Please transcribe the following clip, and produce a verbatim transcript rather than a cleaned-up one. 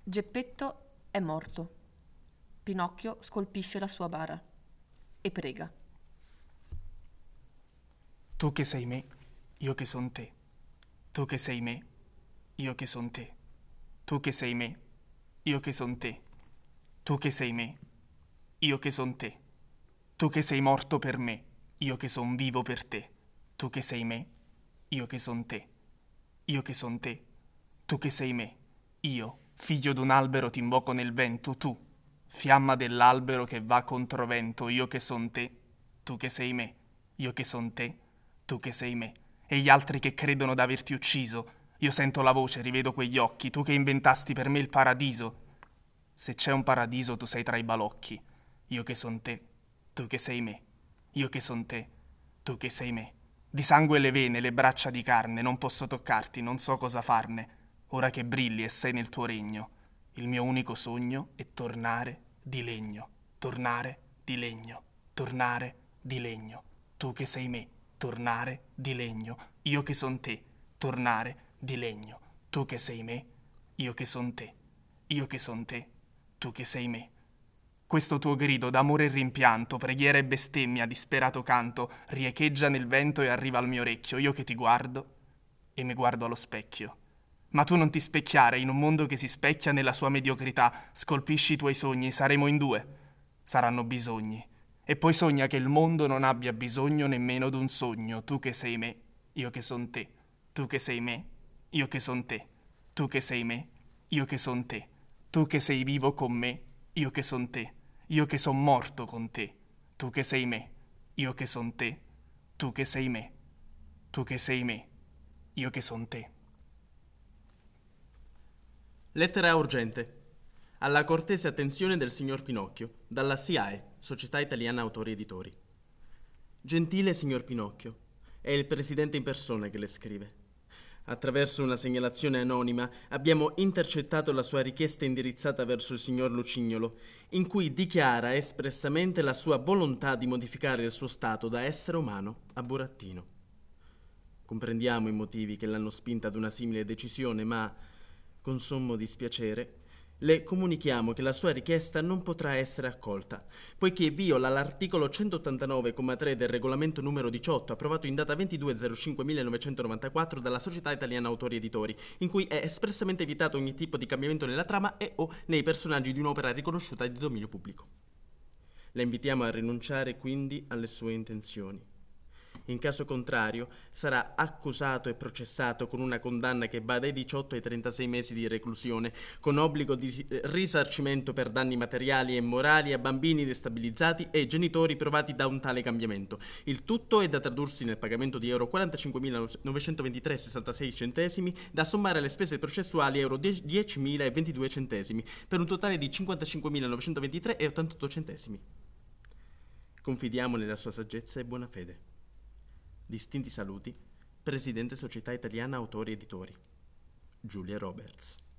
Geppetto è morto. Pinocchio scolpisce la sua bara e prega. Tu che sei me, io che son te. Tu che sei me, io che son te. Tu che sei me, io che son te. Tu che sei me, io che son te. Tu che sei morto per me, io che son vivo per te. Tu che sei me, io che son te. Io che son te. Tu che sei me, io, figlio d'un albero, t'invoco nel vento, tu, fiamma dell'albero che va contro vento, io che son te. Tu che sei me, io che son te. Tu che sei me. E gli altri che credono d'averti ucciso, io sento la voce, rivedo quegli occhi, tu che inventasti per me il paradiso. Se c'è un paradiso tu sei tra i balocchi, io che son te, tu che sei me, io che son te, tu che sei me. Di sangue le vene, le braccia di carne, non posso toccarti, non so cosa farne, ora che brilli e sei nel tuo regno. Il mio unico sogno è tornare di legno, tornare di legno, tornare di legno. Tu che sei me, tornare di legno, io che son te, tornare di legno. Tu che sei me, io che son te, io che son te, tu che sei me. Questo tuo grido d'amore e rimpianto, preghiera e bestemmia, disperato canto, riecheggia nel vento e arriva al mio orecchio, io che ti guardo e mi guardo allo specchio. Ma tu non ti specchiare in un mondo che si specchia nella sua mediocrità, scolpisci i tuoi sogni, saremo in due, saranno bisogni. E poi sogna che il mondo non abbia bisogno nemmeno d'un sogno, tu che sei me, io che son te, tu che sei me, io che son te, tu che sei me, io che son te, tu che sei vivo con me, io che son te, io che son morto con te, tu che sei me, io che son te, tu che sei me, tu che sei me, io che son te. Lettera urgente. Alla cortese attenzione del signor Pinocchio, dalla S I A E, Società Italiana Autori Editori. Gentile signor Pinocchio, è il presidente in persona che le scrive. Attraverso una segnalazione anonima abbiamo intercettato la sua richiesta indirizzata verso il signor Lucignolo, in cui dichiara espressamente la sua volontà di modificare il suo stato da essere umano a burattino. Comprendiamo i motivi che l'hanno spinta ad una simile decisione, ma, con sommo dispiacere, le comunichiamo che la sua richiesta non potrà essere accolta, poiché viola l'articolo centottantanove comma tre del regolamento numero diciotto, approvato in data ventidue zero cinque millenovecentonovantaquattro dalla Società Italiana Autori Editori, in cui è espressamente evitato ogni tipo di cambiamento nella trama e o nei personaggi di un'opera riconosciuta di dominio pubblico. La invitiamo a rinunciare quindi alle sue intenzioni. In caso contrario, sarà accusato e processato con una condanna che va dai diciotto ai trentasei mesi di reclusione, con obbligo di risarcimento per danni materiali e morali a bambini destabilizzati e genitori provati da un tale cambiamento. Il tutto è da tradursi nel pagamento di euro quarantacinquemilanovecentoventitré virgola sessantasei centesimi, da sommare alle spese processuali euro diecimilaventidue centesimi, per un totale di cinquantacinquemilanovecentoventitré virgola ottantotto centesimi. Confidiamo nella sua saggezza e buona fede. Distinti saluti, Presidente Società Italiana Autori Editori, Giulia Roberts.